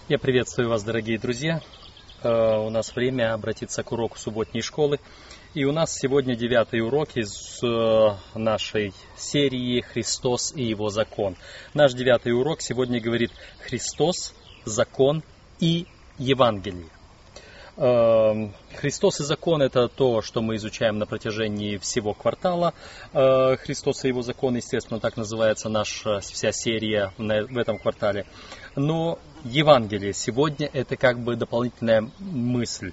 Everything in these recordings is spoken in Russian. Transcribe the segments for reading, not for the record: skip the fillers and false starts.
Я приветствую вас, дорогие друзья. У нас время обратиться к уроку субботней школы. И у нас сегодня 9-й урок из нашей серии «Христос и Его закон». Наш 9-й урок сегодня говорит «Христос, закон и Евангелие». Христос и закон — это то, что мы изучаем на протяжении всего квартала. Христос и Его закон, естественно, так называется наша вся серия в этом квартале. Но Евангелие сегодня — это как бы дополнительная мысль.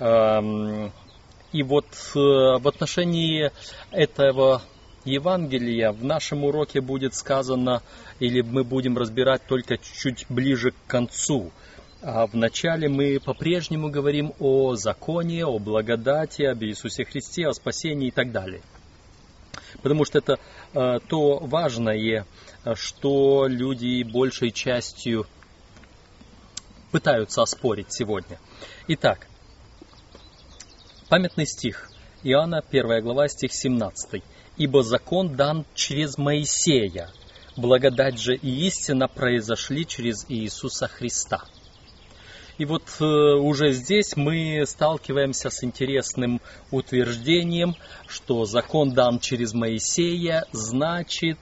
И вот в отношении этого Евангелия в нашем уроке будет сказано, или мы будем разбирать только чуть ближе к концу. А вначале мы по-прежнему говорим о законе, о благодати, об Иисусе Христе, о спасении и так далее. Потому что это то важное, что люди большей частью пытаются оспорить сегодня. Итак, памятный стих. Иоанна, 1 глава, стих 17. «Ибо закон дан через Моисея, благодать же и истина произошли через Иисуса Христа». И вот уже здесь мы сталкиваемся с интересным утверждением, что закон дан через Моисея, значит,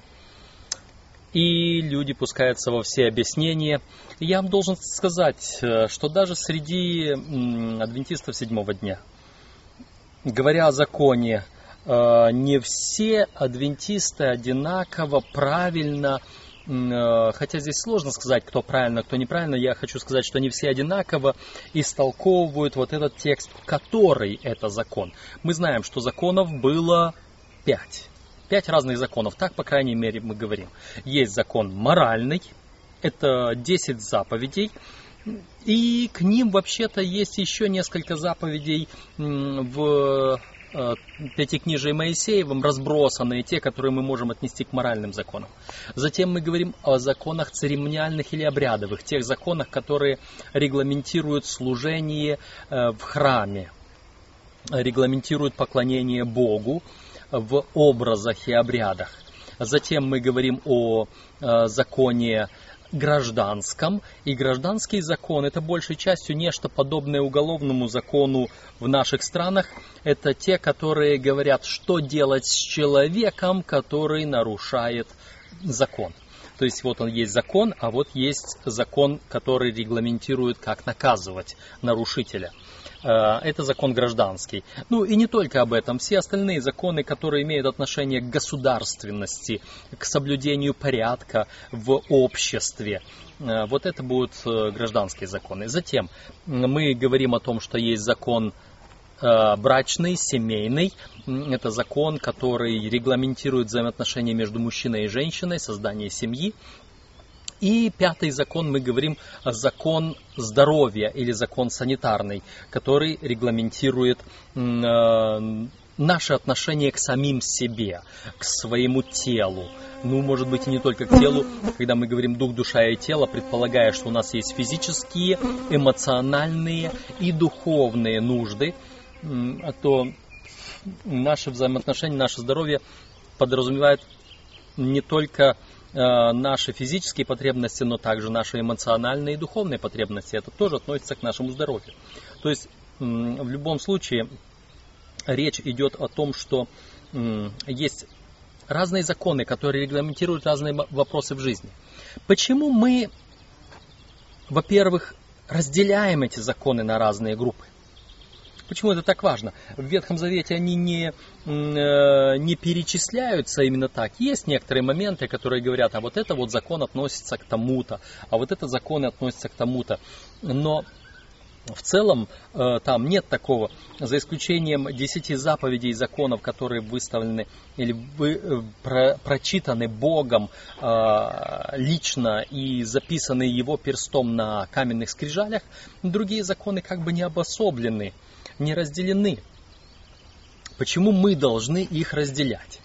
и люди пускаются во все объяснения. И я вам должен сказать, что даже среди адвентистов седьмого дня, говоря о законе, не все адвентисты одинаково правильно, хотя здесь сложно сказать, кто правильно, кто неправильно, я хочу сказать, что не все одинаково истолковывают вот этот текст, который это закон. Мы знаем, что законов было 5. 5 разных законов, так, по крайней мере, мы говорим. Есть закон моральный, это 10 заповедей, и к ним вообще-то есть еще несколько заповедей в Пятикнижии Моисеевым, разбросанные, те, которые мы можем отнести к моральным законам. Затем мы говорим о законах церемониальных или обрядовых, тех законах, которые регламентируют служение в храме, регламентируют поклонение Богу в образах и обрядах. Затем мы говорим о законе гражданском, и гражданский закон — это большей частью нечто подобное уголовному закону в наших странах. Это те, которые говорят, что делать с человеком, который нарушает закон. То есть вот он есть закон, а вот есть закон, который регламентирует, как наказывать нарушителя. Это закон гражданский. Ну и не только об этом. Все остальные законы, которые имеют отношение к государственности, к соблюдению порядка в обществе, вот это будут гражданские законы. Затем мы говорим о том, что есть закон брачный, семейный. Это закон, который регламентирует взаимоотношения между мужчиной и женщиной, создание семьи. И 5-й закон, мы говорим закон здоровья или закон санитарный, который регламентирует наше отношение к самим себе, к своему телу. Ну, может быть, и не только к телу, когда мы говорим дух, душа и тело, предполагая, что у нас есть физические, эмоциональные и духовные нужды, то наши взаимоотношения, наше здоровье подразумевает не только наши физические потребности, но также наши эмоциональные и духовные потребности. Это тоже относится к нашему здоровью. То есть, в любом случае, речь идет о том, что есть разные законы, которые регламентируют разные вопросы в жизни. Почему мы, во-первых, разделяем эти законы на разные группы? Почему это так важно? В Ветхом Завете они не перечисляются именно так. Есть некоторые моменты, которые говорят, а вот это вот закон относится к тому-то, а вот этот закон относится к тому-то. Но в целом там нет такого, за исключением 10 заповедей и законов, которые выставлены или прочитаны Богом лично и записаны Его перстом на каменных скрижалях, другие законы как бы не обособлены, не разделены. Почему мы должны их разделять?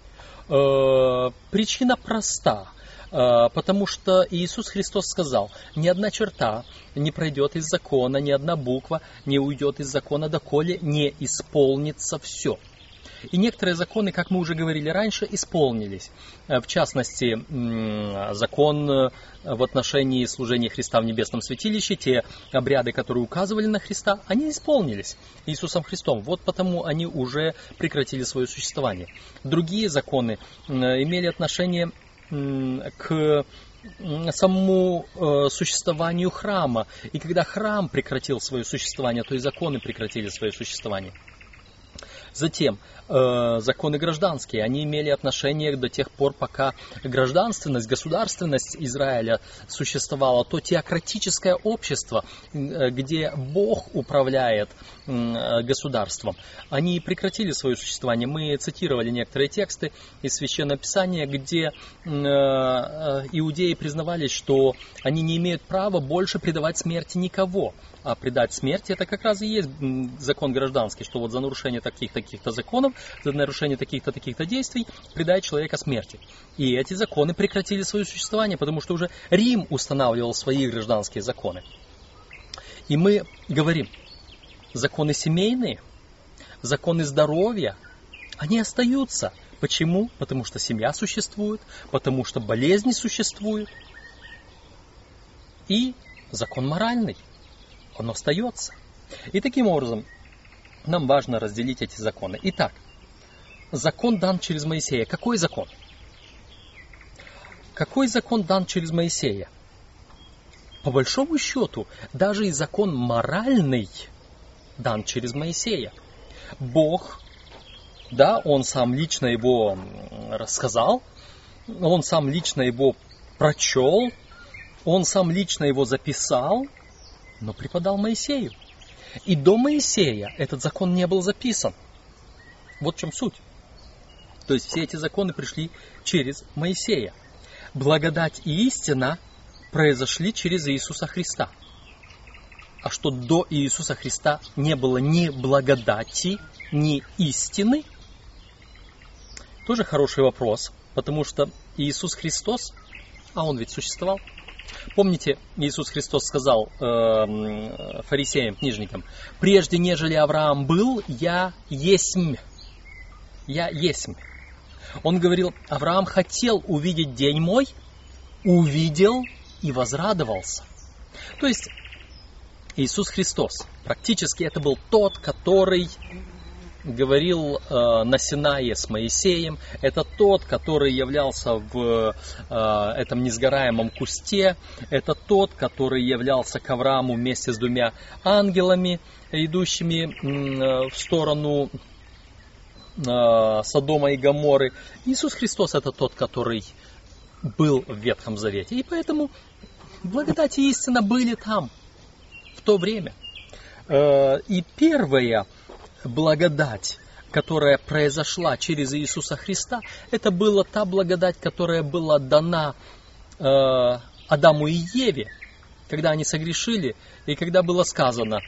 Причина проста. Потому что Иисус Христос сказал, ни одна черта не пройдет из закона, ни одна буква не уйдет из закона, доколе не исполнится все. И некоторые законы, как мы уже говорили раньше, исполнились. В частности, закон в отношении служения Христа в небесном святилище, те обряды, которые указывали на Христа, они исполнились Иисусом Христом. Вот потому они уже прекратили свое существование. Другие законы имели отношение к самому существованию храма. И когда храм прекратил свое существование, то и законы прекратили свое существование. Затем, законы гражданские, они имели отношение до тех пор, пока гражданственность, государственность Израиля существовала, то теократическое общество, где Бог управляет государством, они прекратили свое существование. Мы цитировали некоторые тексты из Священного Писания, где иудеи признавались, что они не имеют права больше предавать смерти никого. А предать смерти — это как раз и есть закон гражданский, что вот за нарушение таких-то законов, за нарушение таких-то действий предать человека смерти. И эти законы прекратили свое существование, потому что уже Рим устанавливал свои гражданские законы. И мы говорим, законы семейные, законы здоровья, они остаются. Почему? Потому что семья существует, потому что болезни существуют. И закон моральный, он остается. И таким образом нам важно разделить эти законы. Итак, закон дан через Моисея. Какой закон? Какой закон дан через Моисея? По большому счету, даже и закон моральный дан через Моисея. Бог, да, Он сам лично его рассказал, Он сам лично его прочел, Он сам лично его записал, но преподал Моисею. И до Моисея этот закон не был записан. Вот в чем суть. То есть все эти законы пришли через Моисея. Благодать и истина произошли через Иисуса Христа. А что до Иисуса Христа не было ни благодати, ни истины? Тоже хороший вопрос, потому что Иисус Христос, а Он ведь существовал. Помните, Иисус Христос сказал фарисеям, книжникам: «Прежде нежели Авраам был, я есмь». Я есмь. Он говорил: Авраам хотел увидеть день мой, увидел и возрадовался. То есть Иисус Христос практически это был тот, который говорил на Синае с Моисеем. Это тот, который являлся в этом несгораемом кусте. Это тот, который являлся к Аврааму вместе с двумя ангелами, идущими в сторону Содома и Гоморры. Иисус Христос — это тот, который был в Ветхом Завете. И поэтому благодать и истина были там в то время. И первая благодать, которая произошла через Иисуса Христа, это была та благодать, которая была дана Адаму и Еве, когда они согрешили, и когда было сказано: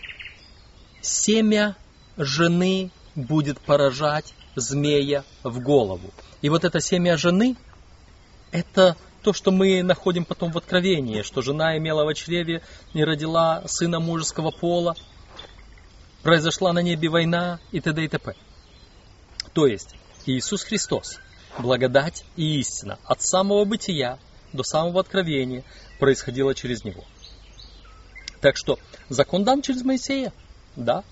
«Семя жены будет поражать змея в голову». И вот это семя жены, это то, что мы находим потом в Откровении, что жена имела во чреве и родила сына мужеского пола, произошла на небе война и т.д. и т.п. То есть Иисус Христос, благодать и истина от самого бытия до самого откровения происходило через Него. Так что закон дан через Моисея, да.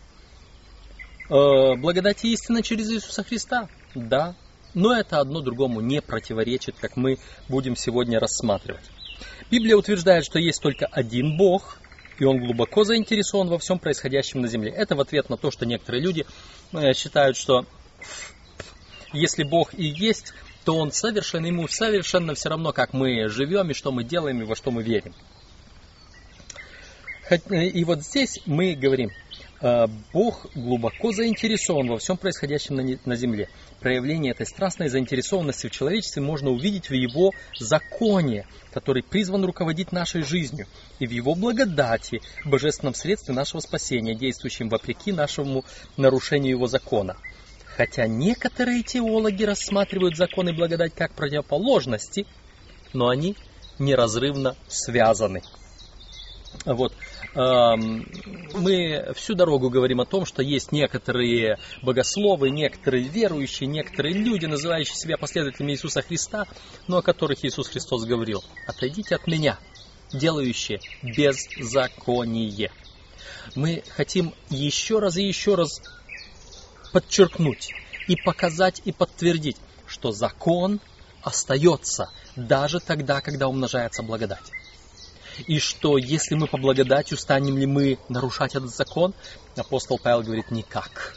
Благодать и истина через Иисуса Христа, да. Но это одно другому не противоречит, как мы будем сегодня рассматривать. Библия утверждает, что есть только один Бог, и Он глубоко заинтересован во всем происходящем на земле. Это в ответ на то, что некоторые люди считают, что если Бог и есть, то Он совершенно, ему совершенно все равно, как мы живем, и что мы делаем, и во что мы верим. И вот здесь мы говорим: Бог глубоко заинтересован во всем происходящем на земле. Проявление этой страстной заинтересованности в человечестве можно увидеть в Его законе, который призван руководить нашей жизнью, и в Его благодати, божественном средстве нашего спасения, действующем вопреки нашему нарушению Его закона. Хотя некоторые теологи рассматривают закон и благодать как противоположности, но они неразрывно связаны. Вот. Мы всю дорогу говорим о том, что есть некоторые богословы, некоторые верующие, некоторые люди, называющие себя последователями Иисуса Христа, но о которых Иисус Христос говорил: «Отойдите от меня, делающие беззаконие». Мы хотим еще раз и еще раз подчеркнуть и показать и подтвердить, что закон остается даже тогда, когда умножается благодать. И что если мы по благодати, станем ли мы нарушать этот закон? Апостол Павел говорит: никак.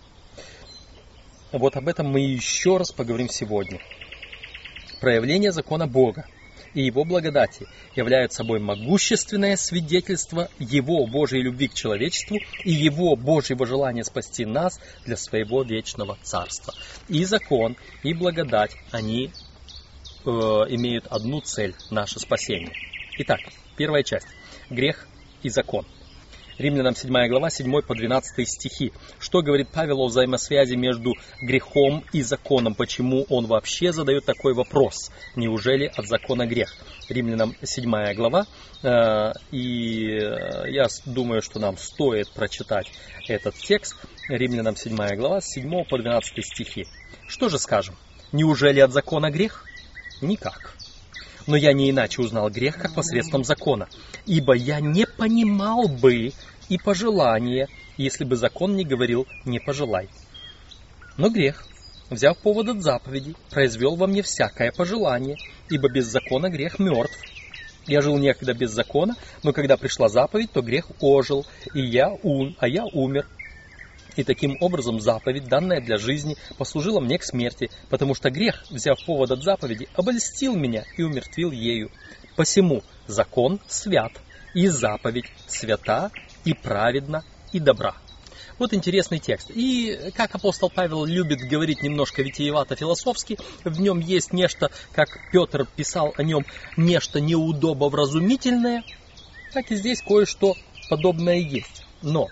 Вот об этом мы еще раз поговорим сегодня. Проявление закона Бога и Его благодати являют собой могущественное свидетельство Его Божьей любви к человечеству и Его Божьего желания спасти нас для своего вечного царства. И закон, и благодать, они имеют одну цель – наше спасение. Итак, первая часть. Грех и закон. Римлянам 7 глава, 7 по 12 стихи. Что говорит Павел о взаимосвязи между грехом и законом? Почему он вообще задает такой вопрос? Неужели от закона грех? Римлянам 7 глава. И я думаю, что нам стоит прочитать этот текст. Римлянам 7 глава, с 7 по 12 стихи. Что же скажем? Неужели от закона грех? Никак. Но я не иначе узнал грех, как посредством закона. Ибо я не понимал бы и пожелания, если бы закон не говорил «не пожелай». Но грех, взяв повод от заповеди, произвел во мне всякое пожелание, ибо без закона грех мертв. Я жил некогда без закона, но когда пришла заповедь, то грех ожил, а я умер. И таким образом заповедь, данная для жизни, послужила мне к смерти, потому что грех, взяв повод от заповеди, обольстил меня и умертвил ею. Посему закон свят, и заповедь свята, и праведна, и добра. Вот интересный текст. И как апостол Павел любит говорить немножко витиевато-философски, в нем есть нечто, как Петр писал о нем, нечто неудобовразумительное, так и здесь кое-что подобное есть. Но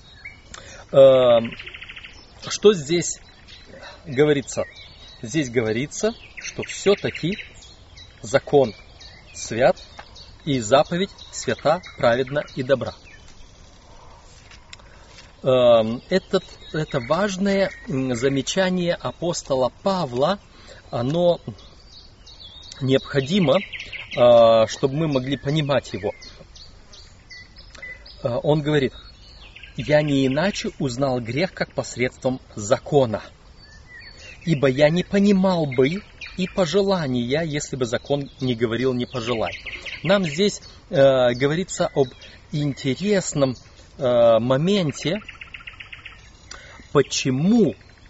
что здесь говорится? Здесь говорится, что все-таки закон свят, и заповедь свята, праведна и добра. Это важное замечание апостола Павла, оно необходимо, чтобы мы могли понимать его. Он говорит: «Я не иначе узнал грех, как посредством закона, ибо я не понимал бы и пожелания, если бы закон не говорил «не пожелай». Нам здесь говорится об интересном моменте, почему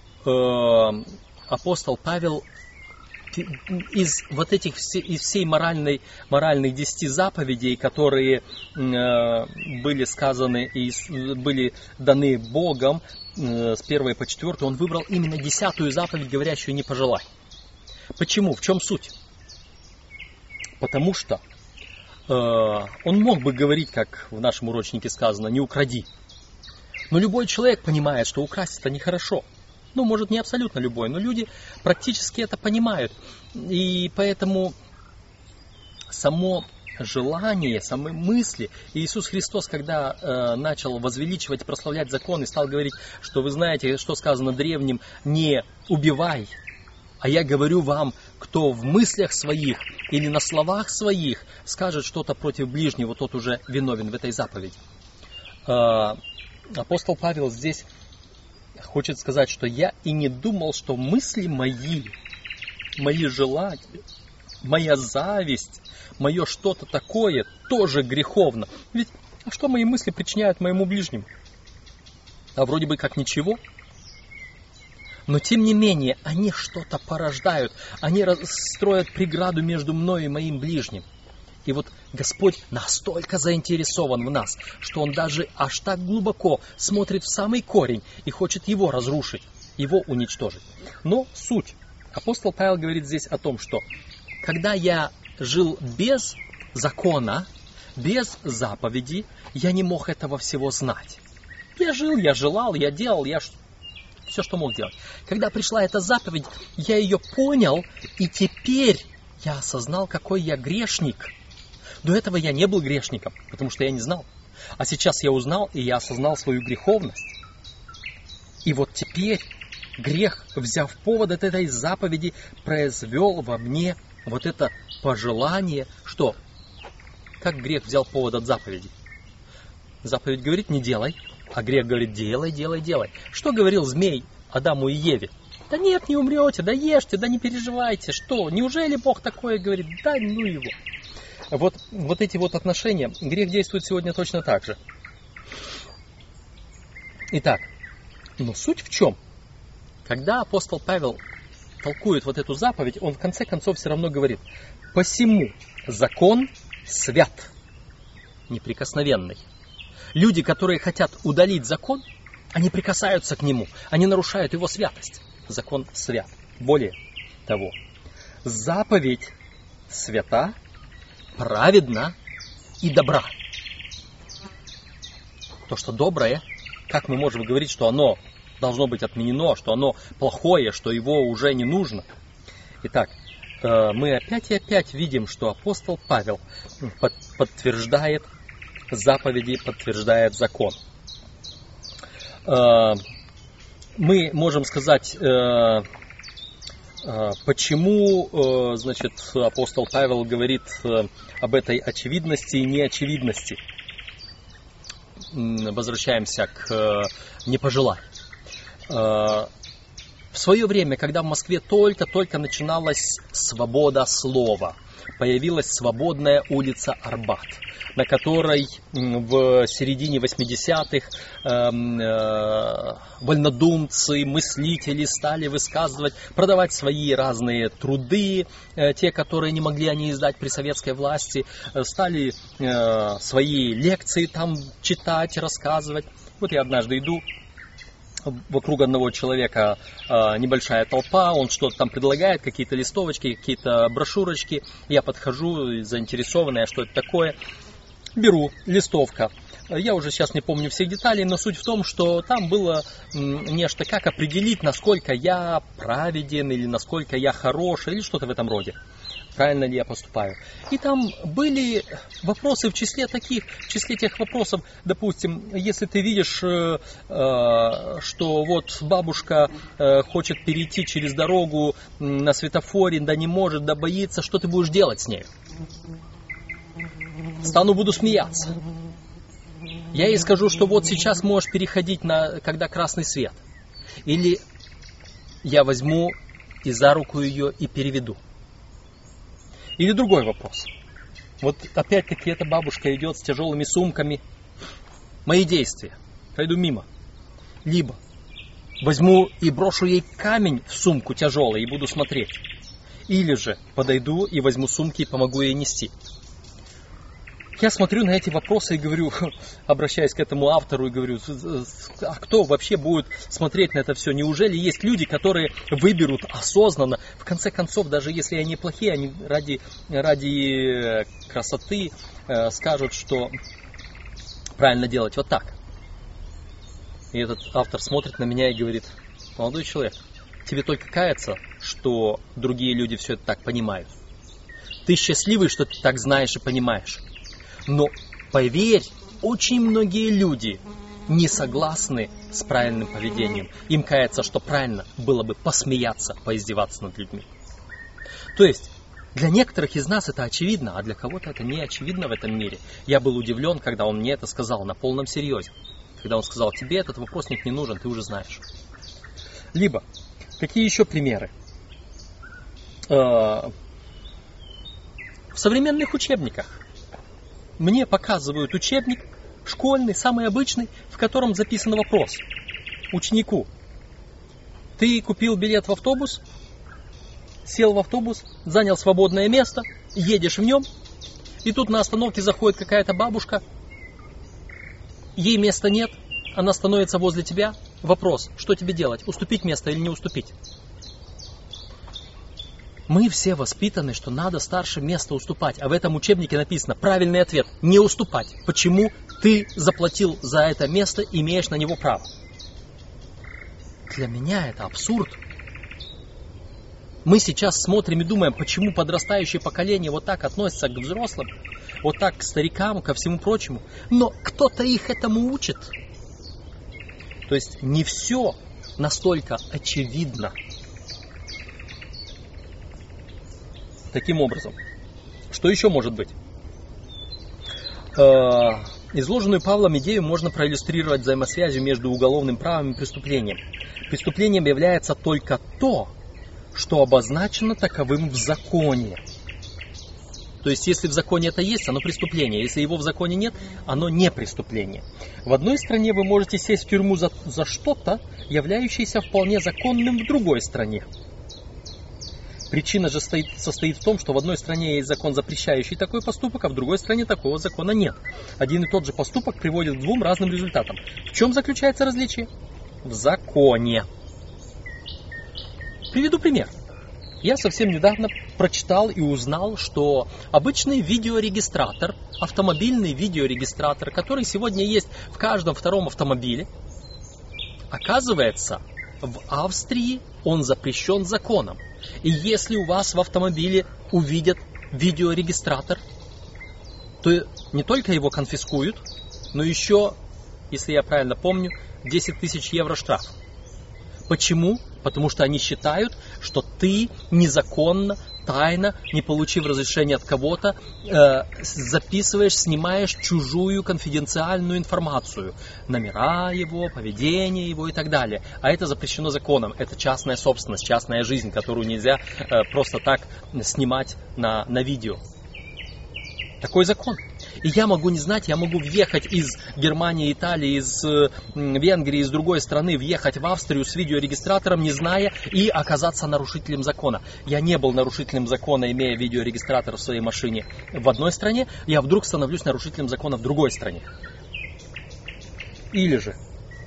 апостол Павел из всей моральной 10 заповедей, которые были сказаны и были даны Богом с 1 по 4, он выбрал именно 10-ю заповедь, говорящую «не пожелай». Почему? В чем суть? Потому что он мог бы говорить, как в нашем урочнике сказано, «не укради». Но любой человек понимает, что украсть это нехорошо. Ну, может, не абсолютно любой, но люди практически это понимают. И поэтому само желание, самые мысли. И Иисус Христос, когда начал возвеличивать, прославлять закон и стал говорить, что вы знаете, что сказано древним, «не убивай», а я говорю вам, кто в мыслях своих или на словах своих скажет что-то против ближнего, тот уже виновен в этой заповеди. Апостол Павел здесь хочет сказать, что я и не думал, что мысли мои желания, моя зависть, мое что-то такое тоже греховно. Ведь что мои мысли причиняют моему ближнему? А вроде бы как ничего. Но тем не менее, они что-то порождают. Они строят преграду между мной и моим ближним. И вот Господь настолько заинтересован в нас, что Он даже аж так глубоко смотрит в самый корень и хочет его разрушить, его уничтожить. Но суть. Апостол Павел говорит здесь о том, что когда я жил без закона, без заповеди, я не мог этого всего знать. Я жил, я желал, я делал, я все, что мог делать. Когда пришла эта заповедь, я ее понял, и теперь я осознал, какой я грешник. До этого я не был грешником, потому что я не знал. А сейчас я узнал, и я осознал свою греховность. И вот теперь грех, взяв повод от этой заповеди, произвел во мне вот это пожелание, что? Как грех взял повод от заповеди? Заповедь говорит, не делай, а грех говорит, делай, делай, делай. Что говорил змей Адаму и Еве? Да нет, не умрете, да ешьте, да не переживайте. Что, неужели Бог такое говорит? Да ну его. Вот эти вот отношения, грех действует сегодня точно так же. Итак, но суть в чем? Когда апостол Павел толкует вот эту заповедь, он в конце концов все равно говорит, посему закон свят, неприкосновенный. Люди, которые хотят удалить закон, они прикасаются к нему, они нарушают его святость. Закон свят. Более того, заповедь свята, праведна и добра. То, что доброе, как мы можем говорить, что оно должно быть отменено, что оно плохое, что его уже не нужно. Итак, мы опять и опять видим, что апостол Павел подтверждает заповеди, подтверждает закон. Мы можем сказать, почему, значит, апостол Павел говорит об этой очевидности и неочевидности. Возвращаемся к «не пожелай». В свое время, когда в Москве только-только начиналась свобода слова, появилась свободная улица Арбат, на которой в середине 80-х вольнодумцы, мыслители стали высказывать, продавать свои разные труды, те, которые не могли они издать при советской власти, стали свои лекции там читать, рассказывать. Вот я однажды иду, вокруг одного человека небольшая толпа, он что-то там предлагает, какие-то листовочки, какие-то брошюрочки. Я подхожу, заинтересованный, что это такое. Беру, листовка. Я уже сейчас не помню всех деталей, но суть в том, что там было нечто, как определить, насколько я праведен, или насколько я хорош, или что-то в этом роде. Правильно ли я поступаю. И там были вопросы в числе тех вопросов, допустим, если ты видишь, что вот бабушка хочет перейти через дорогу на светофоре, да не может, да боится, что ты будешь делать с ней? Буду смеяться. Я ей скажу, что вот сейчас можешь переходить, когда красный свет. Или я возьму и за руку ее и переведу. Или другой вопрос. Вот опять-таки эта бабушка идет с тяжелыми сумками. Мои действия. Пойду мимо. Либо возьму и брошу ей камень в сумку тяжелый и буду смотреть. Или же подойду и возьму сумки и помогу ей нести. Я смотрю на эти вопросы и говорю, обращаясь к этому автору, и говорю, а кто вообще будет смотреть на это все? Неужели есть люди, которые выберут осознанно, в конце концов, даже если они плохие, они ради красоты скажут, что правильно делать вот так. И этот автор смотрит на меня и говорит, молодой человек, тебе только каяться, что другие люди все это так понимают. Ты счастливый, что ты так знаешь и понимаешь. Но поверь, очень многие люди не согласны с правильным поведением. Им кажется, что правильно было бы посмеяться, поиздеваться над людьми. То есть, для некоторых из нас это очевидно, а для кого-то это не очевидно в этом мире. Я был удивлен, когда он мне это сказал на полном серьезе. Когда он сказал, тебе этот вопросник не нужен, ты уже знаешь. Либо, какие еще примеры? В современных учебниках мне показывают учебник школьный, самый обычный, в котором записан вопрос ученику. Ты купил билет в автобус, сел в автобус, занял свободное место, едешь в нем, и тут на остановке заходит какая-то бабушка, ей места нет, она становится возле тебя. Вопрос, что тебе делать, уступить место или не уступить? Мы все воспитаны, что надо старшим место уступать. А в этом учебнике написано правильный ответ – не уступать. Почему? Ты заплатил за это место, имеешь на него право. Для меня это абсурд. Мы сейчас смотрим и думаем, почему подрастающее поколение вот так относится к взрослым, вот так к старикам, ко всему прочему. Но кто-то их этому учит. То есть не все настолько очевидно. Таким образом, что еще может быть? Изложенную Павлом идею можно проиллюстрировать взаимосвязью между уголовным правом и преступлением. Преступлением является только то, что обозначено таковым в законе. То есть, если в законе это есть, оно преступление. Если его в законе нет, оно не преступление. В одной стране вы можете сесть в тюрьму за что-то, являющееся вполне законным в другой стране. Причина же состоит в том, что в одной стране есть закон, запрещающий такой поступок, а в другой стране такого закона нет. Один и тот же поступок приводит к двум разным результатам. В чем заключается различие? В законе. Приведу пример. Я совсем недавно прочитал и узнал, что обычный видеорегистратор, автомобильный видеорегистратор, который сегодня есть в каждом втором автомобиле, оказывается, в Австрии он запрещен законом. И если у вас в автомобиле увидят видеорегистратор, то не только его конфискуют, но еще, если я правильно помню, 10 тысяч евро штраф. Почему? Потому что они считают, что ты незаконно, тайно, не получив разрешения от кого-то, записываешь, снимаешь чужую конфиденциальную информацию. Номера его, поведение его и так далее. А это запрещено законом. Это частная собственность, частная жизнь, которую нельзя просто так снимать на видео. Такой закон. И я могу не знать, я могу въехать из Германии, Италии, из Венгрии, из другой страны, въехать в Австрию с видеорегистратором, не зная, и оказаться нарушителем закона. Я не был нарушителем закона, имея видеорегистратор в своей машине в одной стране, я вдруг становлюсь нарушителем закона в другой стране. Или же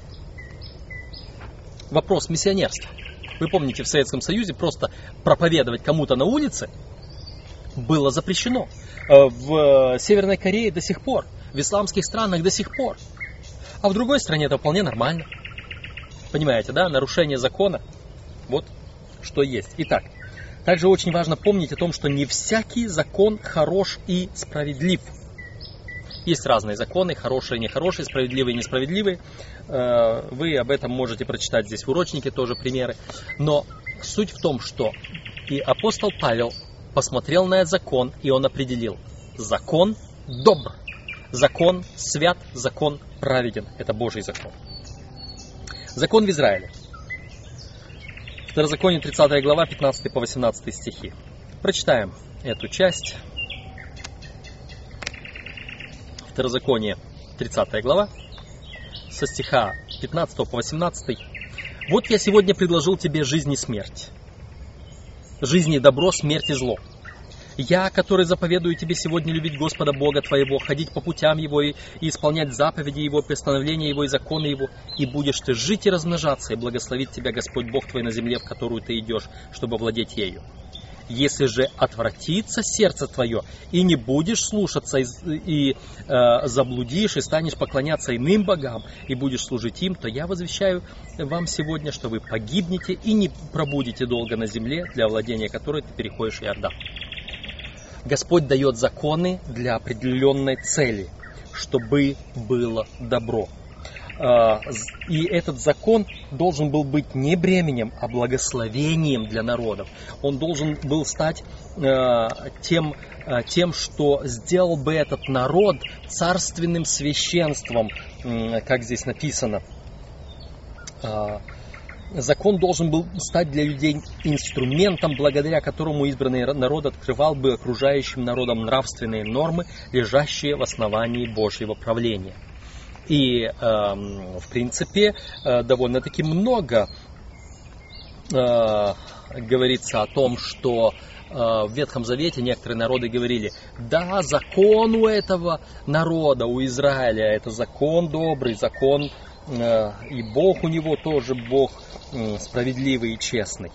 вопрос миссионерства. Вы помните, в Советском Союзе просто проповедовать кому-то на улице было запрещено. В Северной Корее до сих пор, в исламских странах до сих пор. А в другой стране это вполне нормально. Понимаете, да? Нарушение закона. Вот что есть. Итак, также очень важно помнить о том, что не всякий закон хорош и справедлив. Есть разные законы, хорошие и нехорошие, справедливые и несправедливые. Вы об этом можете прочитать здесь в урочнике, тоже примеры. Но суть в том, что и апостол Павел посмотрел на этот закон, и он определил: закон добр, закон свят, закон праведен. Это Божий закон. Закон в Израиле. Второзаконие 30 глава, 15 по 18 стихи. Прочитаем эту часть. Второзаконие 30 глава, со стиха 15 по 18. «Вот я сегодня предложил тебе жизнь и смерть, жизнь и добро, смерть и зло. Я, который заповедую тебе сегодня любить Господа Бога твоего, ходить по путям Его и исполнять заповеди Его, постановления Его и законы Его, и будешь ты жить и размножаться, и благословит тебя Господь Бог твой на земле, в которую ты идешь, чтобы владеть ею. Если же отвратится сердце твое, и не будешь слушаться, и заблудишь, и станешь поклоняться иным богам, и будешь служить им, то я возвещаю вам сегодня, что вы погибнете и не пробудете долго на земле, для владения которой ты переходишь Иордан». Господь дает законы для определенной цели, чтобы было добро. И этот закон должен был быть не бременем, а благословением для народов. Он должен был стать тем, что сделал бы этот народ царственным священством, как здесь написано. Закон должен был стать для людей инструментом, благодаря которому избранный народ открывал бы окружающим народам нравственные нормы, лежащие в основании Божьего правления. И, в принципе, довольно-таки много говорится о том, что в Ветхом Завете некоторые народы говорили: да, закон у этого народа, у Израиля, это закон добрый, закон, и Бог у него тоже Бог справедливый и честный.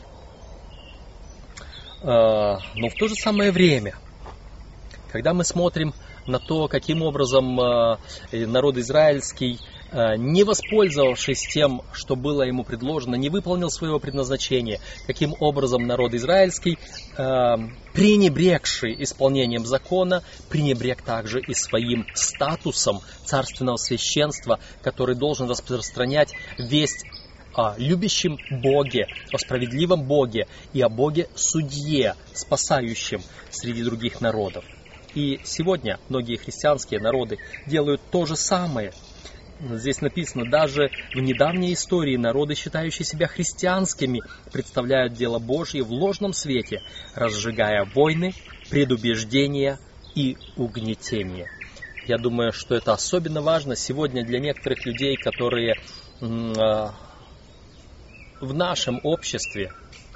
Но в то же самое время, когда мы смотрим на то, каким образом народ израильский не воспользовавшись тем, что было ему предложено, не выполнил своего предназначения. Таким образом, народ израильский, пренебрегший исполнением закона, пренебрег также и своим статусом царственного священства, который должен распространять весть о любящем Боге, о справедливом Боге и о Боге-судье, спасающем среди других народов. И сегодня многие христианские народы делают то же самое. Здесь написано, даже в недавней истории народы, считающие себя христианскими, представляют дело Божье в ложном свете, разжигая войны, предубеждения и угнетения. Я думаю, что это особенно важно сегодня для некоторых людей, которые в нашем обществе,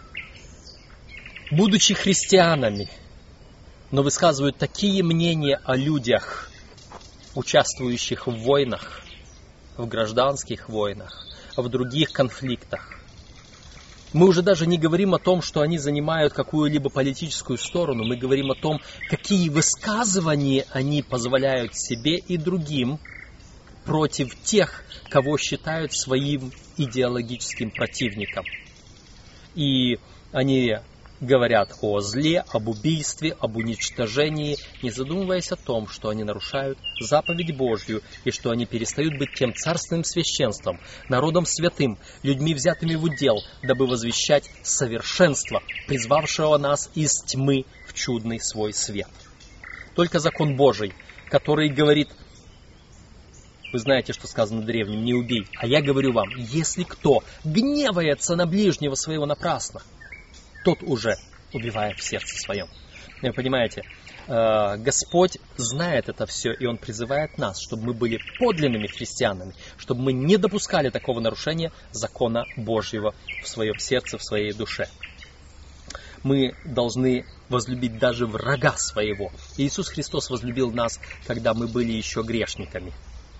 будучи христианами, но высказывают такие мнения о людях, участвующих в войнах, в гражданских войнах, в других конфликтах. Мы уже даже не говорим о том, что они занимают какую-либо политическую сторону, мы говорим о том, какие высказывания они позволяют себе и другим против тех, кого считают своим идеологическим противником. И они говорят о зле, об убийстве, об уничтожении, не задумываясь о том, что они нарушают заповедь Божью и что они перестают быть тем царственным священством, народом святым, людьми, взятыми в удел, дабы возвещать совершенство, призвавшего нас из тьмы в чудный свой свет. Только закон Божий, который говорит: вы знаете, что сказано древним: не убей. А я говорю вам, если кто гневается на ближнего своего напрасно, тот уже убивает в сердце своем. Вы понимаете, Господь знает это все, и Он призывает нас, чтобы мы были подлинными христианами, чтобы мы не допускали такого нарушения закона Божьего в своем сердце, в своей душе. Мы должны возлюбить даже врага своего. Иисус Христос возлюбил нас, когда мы были еще грешниками.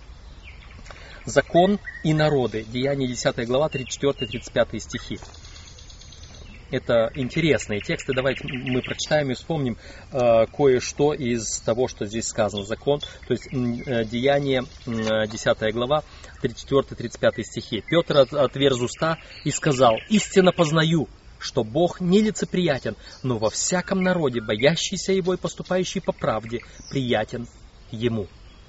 Закон и народы. Деяния 10 глава, 34-35 стихи. Это интересные тексты. Давайте мы прочитаем и вспомним кое-что из того, что здесь сказано. Закон, то есть Деяния 10 глава, 34-35 стихи. Петр отверз уста и сказал: «Истинно познаю, что Бог не лицеприятен, но во всяком народе, боящийся Его и поступающий по правде, приятен Ему».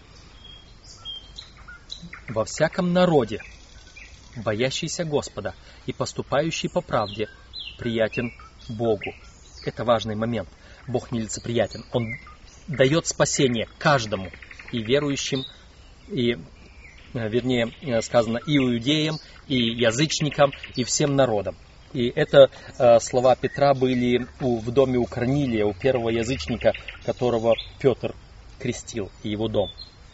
Во всяком народе, боящийся Господа и поступающий по правде, приятен Богу. Это важный момент. Бог не лицеприятен. Он дает спасение каждому, и верующим, и, вернее, сказано, и иудеям, и язычникам, и всем народам. И это слова Петра были в доме у Корнилия, у первого язычника, которого Петр крестил, и его дом.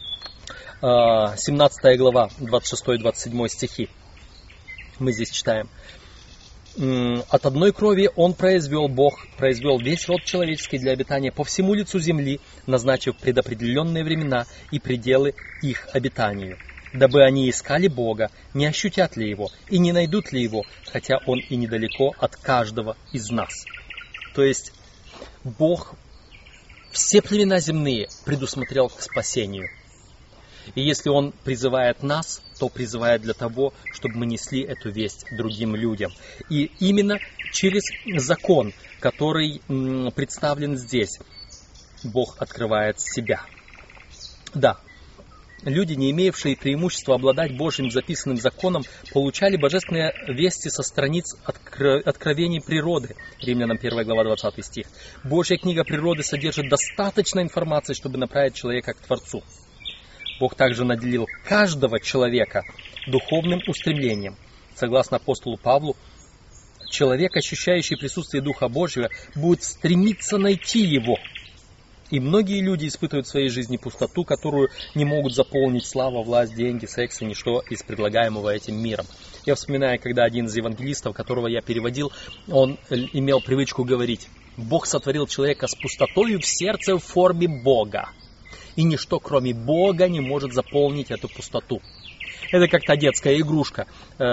17 глава, 26-27 стихи. Мы здесь читаем: «От одной крови Он Бог произвел весь род человеческий для обитания по всему лицу земли, назначив предопределенные времена и пределы их обитанию, дабы они искали Бога, не ощутят ли Его и не найдут ли Его, хотя Он и недалеко от каждого из нас». То есть Бог все племена земные предусмотрел к спасению. И если Он призывает нас, то призывает для того, чтобы мы несли эту весть другим людям. И именно через закон, который представлен здесь, Бог открывает себя. Да, люди, не имевшие преимущества обладать Божьим записанным законом, получали божественные вести со страниц откровений природы. Римлянам 1 глава 20 стих. Божья книга природы содержит достаточно информации, чтобы направить человека к Творцу. Бог также наделил каждого человека духовным устремлением. Согласно апостолу Павлу, человек, ощущающий присутствие Духа Божьего, будет стремиться найти Его. И многие люди испытывают в своей жизни пустоту, которую не могут заполнить слава, власть, деньги, секс и ничто из предлагаемого этим миром. Я вспоминаю, когда один из евангелистов, которого я переводил, он имел привычку говорить: «Бог сотворил человека с пустотою в сердце в форме Бога. И ничто, кроме Бога, не может заполнить эту пустоту». Это как та детская игрушка,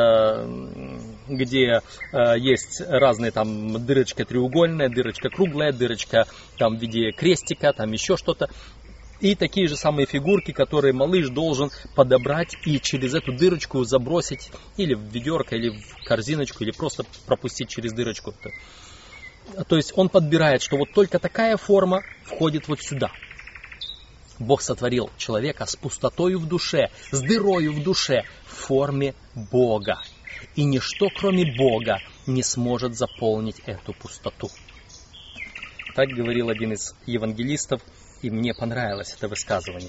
где есть разные там дырочка треугольная, дырочка круглая, дырочка там в виде крестика, там еще что-то. И такие же самые фигурки, которые малыш должен подобрать и через эту дырочку забросить или в ведерко, или в корзиночку, или просто пропустить через дырочку. То есть он подбирает, что вот только такая форма входит вот сюда. Бог сотворил человека с пустотою в душе, с дырою в душе, в форме Бога. И ничто, кроме Бога, не сможет заполнить эту пустоту. Так говорил один из евангелистов, и мне понравилось это высказывание.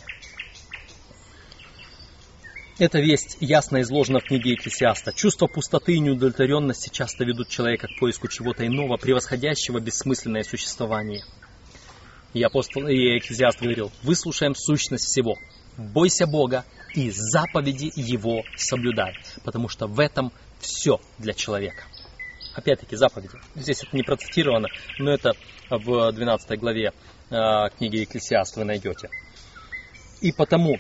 Эта весть ясно изложена в книге Екклесиаста. Чувство пустоты и неудовлетворенности часто ведут человека к поиску чего-то иного, превосходящего бессмысленное существование. И Екклесиаст говорил: выслушаем сущность всего. Бойся Бога и заповеди Его соблюдай, потому что в этом все для человека. Опять-таки заповеди. Здесь это не процитировано, но это в 12 главе книги Екклесиаст вы найдете. И потому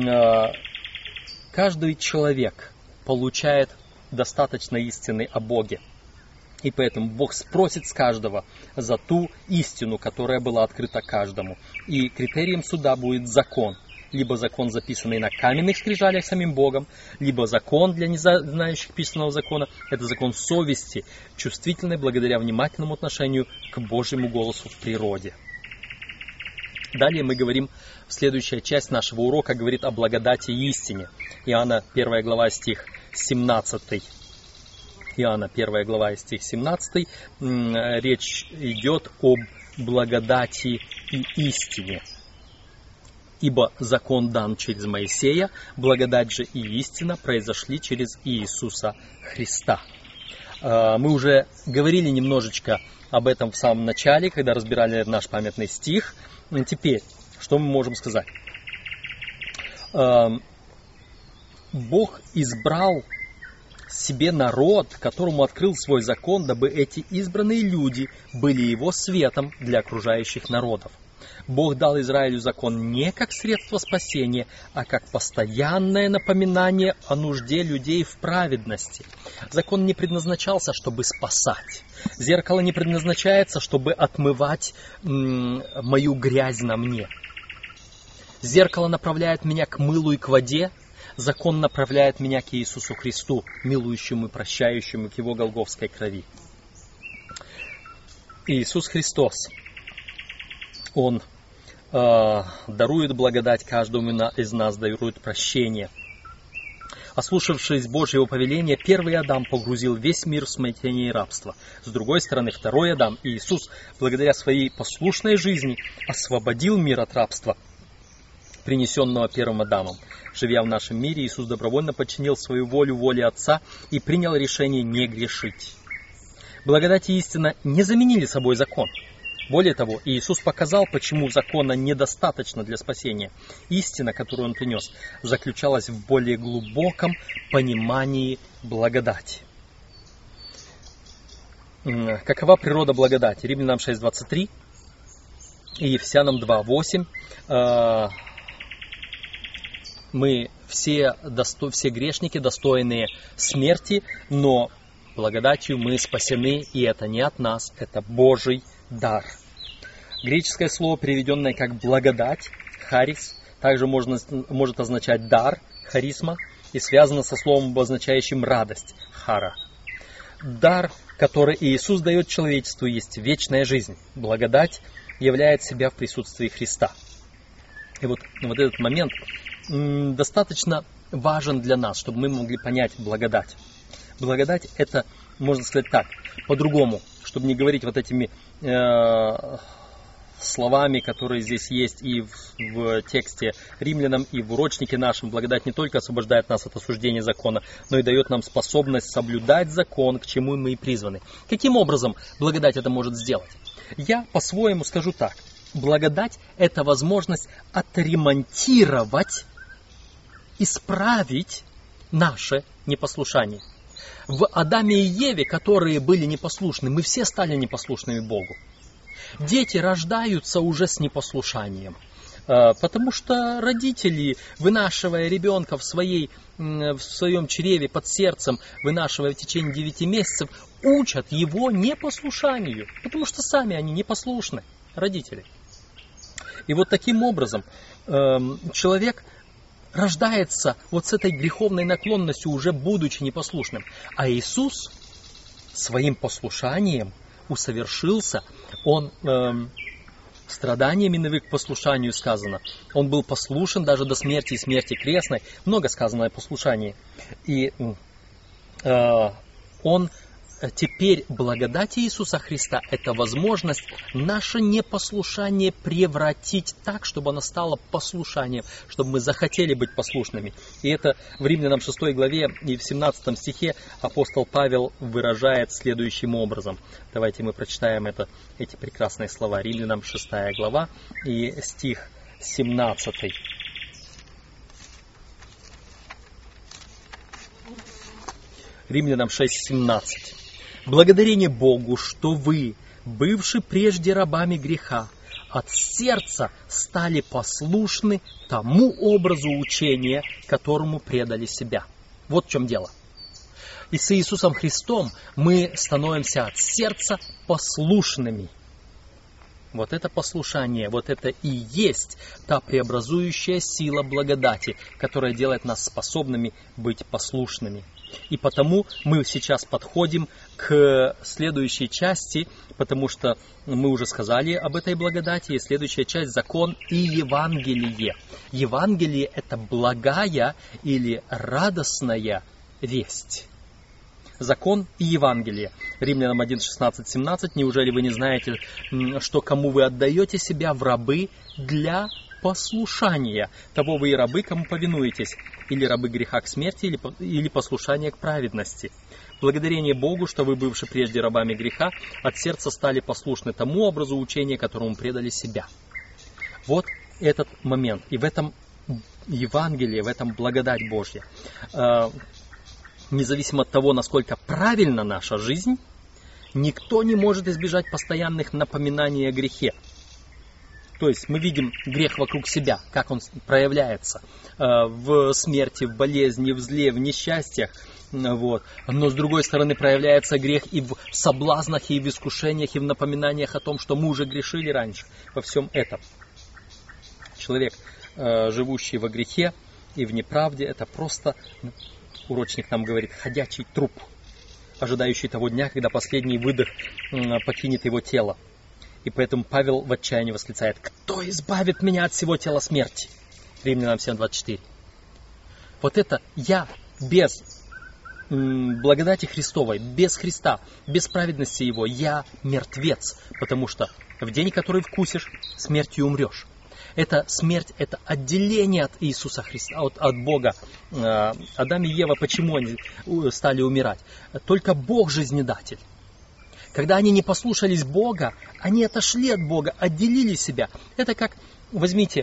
каждый человек получает достаточно истины о Боге. И поэтому Бог спросит с каждого за ту истину, которая была открыта каждому. И критерием суда будет закон. Либо закон, записанный на каменных скрижалях самим Богом, либо закон для незнающих писанного закона. Это закон совести, чувствительный благодаря внимательному отношению к Божьему голосу в природе. Далее мы говорим, следующая часть нашего урока говорит о благодати и истине. Иоанна 1 глава стих 17. Иоанна 1 глава стих 17. Речь идет об благодати и истине. Ибо закон дан через Моисея, благодать же и истина произошли через Иисуса Христа. Мы уже говорили немножечко об этом в самом начале, когда разбирали наш памятный стих. Теперь, что мы можем сказать? Бог избрал себе народ, которому открыл свой закон, дабы эти избранные люди были его светом для окружающих народов. Бог дал Израилю закон не как средство спасения, а как постоянное напоминание о нужде людей в праведности. Закон не предназначался, чтобы спасать. Зеркало не предназначается, чтобы отмывать мою грязь на мне. Зеркало направляет меня к мылу и к воде. Закон направляет меня к Иисусу Христу, милующему и прощающему, к Его голгофской крови. Иисус Христос, Он дарует благодать каждому из нас, дарует прощение. Ослушавшись Божьего повеления, первый Адам погрузил весь мир в смятение и рабство. С другой стороны, второй Адам, Иисус, благодаря своей послушной жизни, освободил мир от рабства, принесенного первым Адамом. Живя в нашем мире, Иисус добровольно подчинил свою волю воле Отца и принял решение не грешить. Благодать и истина не заменили собой закон. Более того, Иисус показал, почему закона недостаточно для спасения. Истина, которую Он принес, заключалась в более глубоком понимании благодати. Какова природа благодати? Римлянам 6:23 и Ефесянам 2:8. Мы все грешники, достойные смерти, но благодатью мы спасены, и это не от нас, это Божий дар. Греческое слово, переведенное как благодать, харис, также может означать дар, харизма, и связано со словом, обозначающим радость, хара. Дар, который Иисус дает человечеству, есть вечная жизнь. Благодать являет себя в присутствии Христа. И вот этот момент достаточно важен для нас, чтобы мы могли понять благодать. Благодать — это, можно сказать так, по-другому, чтобы не говорить вот этими словами, которые здесь есть и в тексте римлянам, и в урочнике нашем. Благодать не только освобождает нас от осуждения закона, но и дает нам способность соблюдать закон, к чему мы и призваны. Каким образом благодать это может сделать? Я по-своему скажу так. Благодать — это возможность отремонтировать, исправить наше непослушание. В Адаме и Еве, которые были непослушны, мы все стали непослушными Богу. Дети рождаются уже с непослушанием, потому что родители, вынашивая ребенка в своем чреве, под сердцем, вынашивая в течение 9 месяцев, учат его непослушанию, потому что сами они непослушны, родители. И вот таким образом человек рождается вот с этой греховной наклонностью, уже будучи непослушным. А Иисус своим послушанием усовершился. Он страданиями навык к послушанию сказано. Он был послушен даже до смерти и смерти крестной. Много сказано о послушании. И он теперь, благодать Иисуса Христа, это возможность наше непослушание превратить так, чтобы оно стало послушанием, чтобы мы захотели быть послушными. И это в Римлянам 6 главе и в 17 стихе апостол Павел выражает следующим образом. Давайте мы прочитаем эти прекрасные слова. Римлянам 6 глава и стих 17. Римлянам 6:17. Благодарение Богу, что вы, бывши прежде рабами греха, от сердца стали послушны тому образу учения, которому предали себя. Вот в чем дело. И с Иисусом Христом мы становимся от сердца послушными. Вот это послушание, вот это и есть та преобразующая сила благодати, которая делает нас способными быть послушными. И потому мы сейчас подходим к следующей части, потому что мы уже сказали об этой благодати, и следующая часть – закон и Евангелие. Евангелие – это благая или радостная весть. Закон и Евангелие. Римлянам 1, 16, 17. Неужели вы не знаете, что кому вы отдаете себя в рабы для послушания? Того вы и рабы, кому повинуетесь. Или рабы греха к смерти, или послушания к праведности. Благодарение Богу, что вы, бывши прежде рабами греха, от сердца стали послушны тому образу учения, которому предали себя. Вот этот момент. И в этом Евангелие, в этом благодать Божья. Независимо от того, насколько правильна наша жизнь, никто не может избежать постоянных напоминаний о грехе. То есть мы видим грех вокруг себя, как он проявляется в смерти, в болезни, в зле, в несчастьях. Вот. Но с другой стороны проявляется грех и в соблазнах, и в искушениях, и в напоминаниях о том, что мы уже грешили раньше. Во всем этом. Человек, живущий во грехе и в неправде, это просто... Урочник нам говорит, ходячий труп, ожидающий того дня, когда последний выдох покинет его тело. И поэтому Павел в отчаянии восклицает: «Кто избавит меня от всего тела смерти?» Римлянам 7:24. Вот это я без благодати Христовой, без Христа, без праведности Его, я мертвец, потому что в день, который вкусишь, смертью умрешь. Это смерть, это отделение от Иисуса Христа, от Бога. Адам и Ева, почему они стали умирать? Только Бог жизнедатель. Когда они не послушались Бога, они отошли от Бога, отделили себя. Это как, возьмите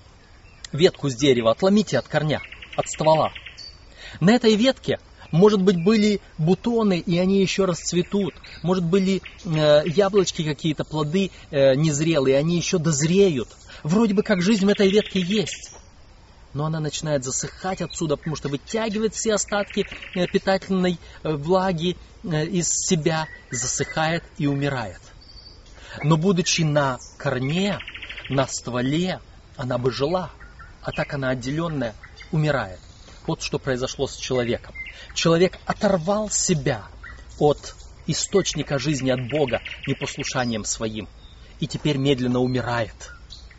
ветку с дерева, отломите от корня, от ствола. На этой ветке, может быть, были бутоны, и они еще расцветут. Может, были яблочки какие-то, плоды незрелые, они еще дозреют. Вроде бы как жизнь в этой ветке есть. Но она начинает засыхать отсюда, потому что вытягивает все остатки питательной влаги из себя, засыхает и умирает. Но будучи на корне, на стволе, она бы жила, а так она отделенная, умирает. Вот что произошло с человеком. Человек оторвал себя от источника жизни, от Бога, непослушанием своим, и теперь медленно умирает.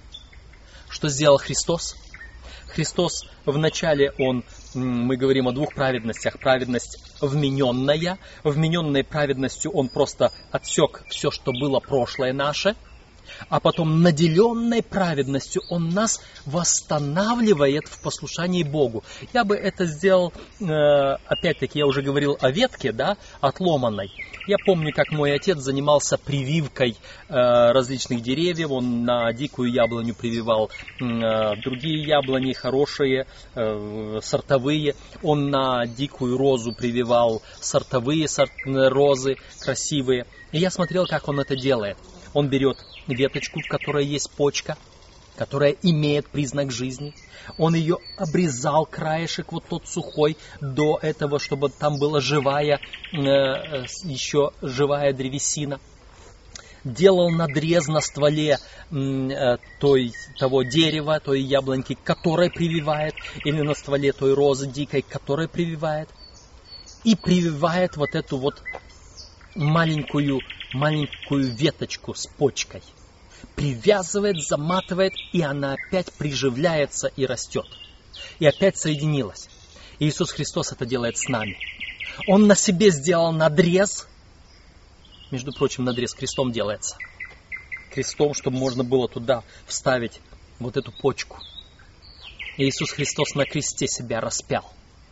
Что сделал Христос? Христос вначале, мы говорим о двух праведностях. Праведность вмененная. Вмененной праведностью Он просто отсек все, что было прошлое наше. А потом наделенной праведностью Он нас восстанавливает в послушании Богу. Я бы это сделал, опять-таки, я уже говорил о ветке, да, отломанной. Я помню, как мой отец занимался прививкой различных деревьев. Он на дикую яблоню прививал другие яблони, хорошие, сортовые. Он на дикую розу прививал сортовые розы, красивые. И я смотрел, как он это делает. Он берет веточку, в которой есть почка, которая имеет признак жизни. Он ее обрезал, краешек вот тот сухой, до этого, чтобы там была живая, еще живая древесина. делал надрез на стволе того дерева, той яблоньки, которая прививает, или на стволе той розы дикой, которая прививает, и прививает вот эту вот маленькую веточку с почкой. Привязывает, заматывает, и она опять приживляется и растет. И опять соединилась. И Иисус Христос это делает с нами. Он на себе сделал надрез. Между прочим, надрез крестом делается. Крестом, чтобы можно было туда вставить вот эту почку. И Иисус Христос на кресте себя распял.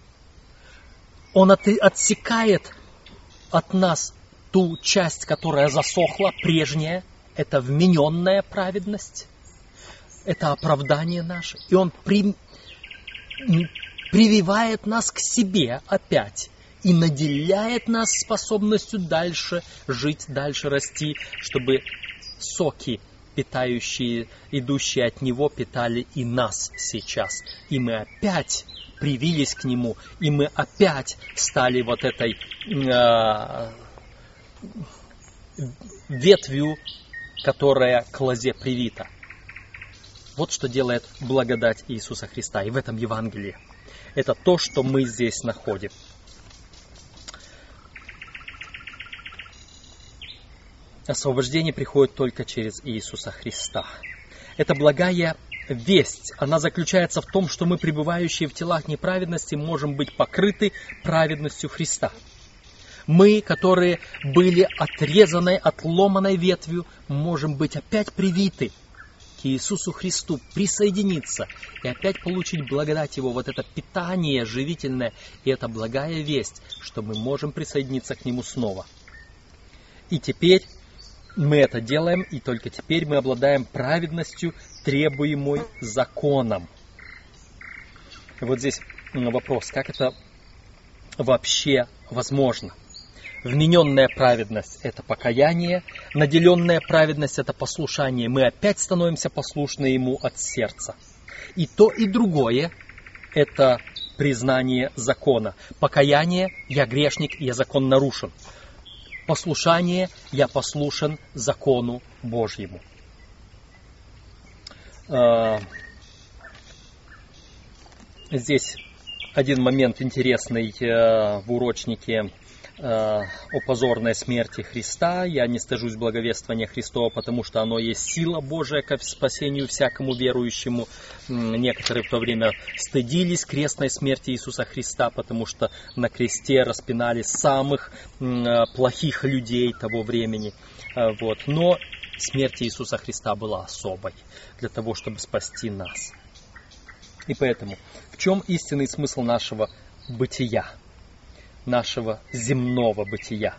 Он отсекает от нас ту часть, которая засохла, прежняя. Это вмененная праведность. Это оправдание наше. И Он прививает нас к себе опять. И наделяет нас способностью дальше жить, дальше расти, чтобы соки, питающие, идущие от Него, питали и нас сейчас. И мы опять привились к Нему, и мы опять стали вот этой ветвью, которая к лозе привита. Вот что делает благодать Иисуса Христа. И в этом Евангелии. Это то, что мы здесь находим. Освобождение приходит только через Иисуса Христа. Это благая весть. Она заключается в том, что мы, пребывающие в телах неправедности, можем быть покрыты праведностью Христа. Мы, которые были отрезанной, отломанной ветвью, можем быть опять привиты к Иисусу Христу, присоединиться и опять получить благодать Его, вот это питание живительное, и это благая весть, что мы можем присоединиться к Нему снова. И теперь мы это делаем, и только теперь мы обладаем праведностью, требуемой законом. И вот здесь вопрос, как это вообще возможно? Вмененная праведность – это покаяние, наделенная праведность – это послушание. Мы опять становимся послушны Ему от сердца. И то, и другое – это признание закона. Покаяние – я грешник, я закон нарушен. Послушание – я послушен закону Божьему. Здесь один момент интересный в урочнике о позорной смерти Христа. Я не стыжусь благовествования Христова, потому что оно есть сила Божия к спасению всякому верующему. Некоторые в то время стыдились крестной смерти Иисуса Христа, потому что на кресте распинали самых плохих людей того времени. Но смерть Иисуса Христа была особой для того, чтобы спасти нас. И поэтому, в чем истинный смысл нашего бытия? Нашего земного бытия.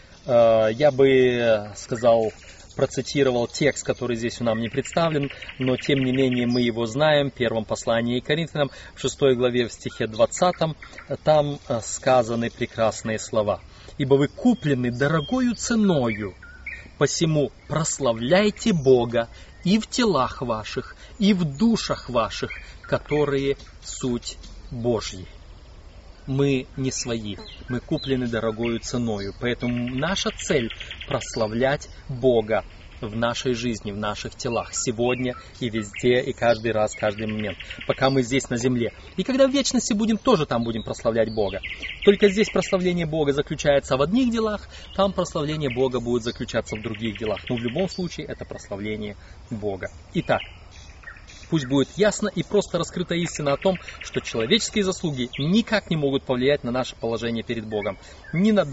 Я бы сказал, процитировал текст, который здесь у нас не представлен, но тем не менее мы его знаем. В первом послании к Коринфянам, в 6 главе, в стихе 20, там сказаны прекрасные слова. «Ибо вы куплены дорогою ценою, посему прославляйте Бога и в телах ваших, и в душах ваших, которые суть Божьи». Мы не свои, мы куплены дорогою ценою. Поэтому наша цель – прославлять Бога в нашей жизни, в наших телах, сегодня и везде, и каждый раз, каждый момент, пока мы здесь на земле. И когда в вечности будем, тоже там будем прославлять Бога. Только здесь прославление Бога заключается в одних делах, там прославление Бога будет заключаться в других делах. Но в любом случае это прославление Бога. Итак, пусть будет ясно и просто раскрыта истина о том, что человеческие заслуги никак не могут повлиять на наше положение перед Богом. Ни на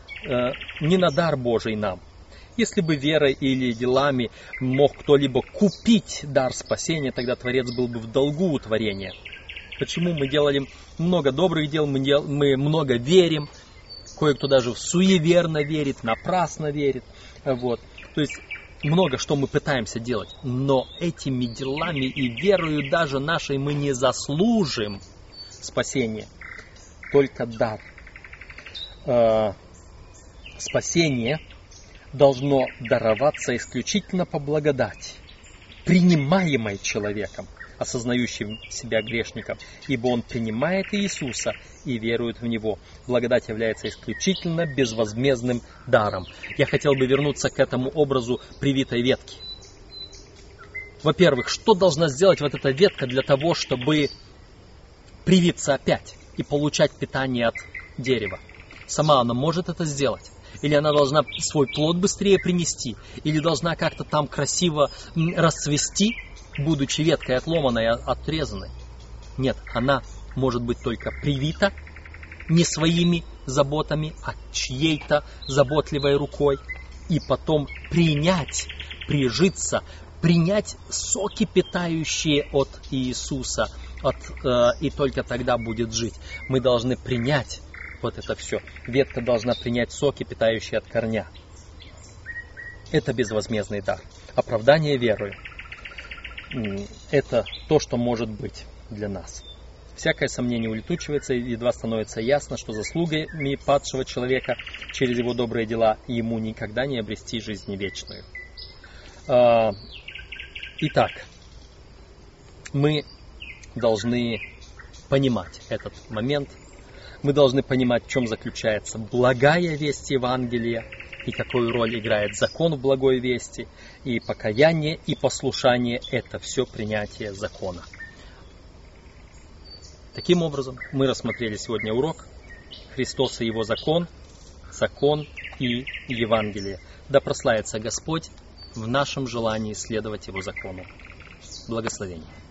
дар Божий нам. Если бы верой или делами мог кто-либо купить дар спасения, тогда Творец был бы в долгу у творения. Почему мы делали много добрых дел, мы много верим, кое-кто даже суеверно верит, напрасно верит. То есть много что мы пытаемся делать, но этими делами и верою даже нашей мы не заслужим спасения, только дар. Спасение должно дароваться исключительно по благодати, принимаемой человеком. осознающим себя грешником, ибо он принимает Иисуса и верует в Него. Благодать является исключительно безвозмездным даром. Я хотел бы вернуться к этому образу привитой ветки. Во-первых, что должна сделать вот эта ветка для того, чтобы привиться опять и получать питание от дерева? Сама она может это сделать? Или она должна свой плод быстрее принести? Или должна как-то там красиво расцвести, будучи веткой отломанной, отрезанной? Нет, она может быть только привита не своими заботами, а чьей-то заботливой рукой. И потом принять, прижиться, принять соки, питающие от Иисуса. И только тогда будет жить. Мы должны принять вот это все. Ветка должна принять соки, питающие от корня. Это безвозмездный дар. Оправдание верою. Это то, что может быть для нас. Всякое сомнение улетучивается, и едва становится ясно, что заслугами падшего человека через его добрые дела ему никогда не обрести жизнь вечную. Итак, мы должны понимать этот момент. Мы должны понимать, в чем заключается благая весть Евангелия и какую роль играет закон в благой вести. И покаяние, и послушание – это все принятие закона. Таким образом, мы рассмотрели сегодня урок «Христос и Его закон, закон и Евангелие». Да прославится Господь в нашем желании следовать Его закону. Благословение.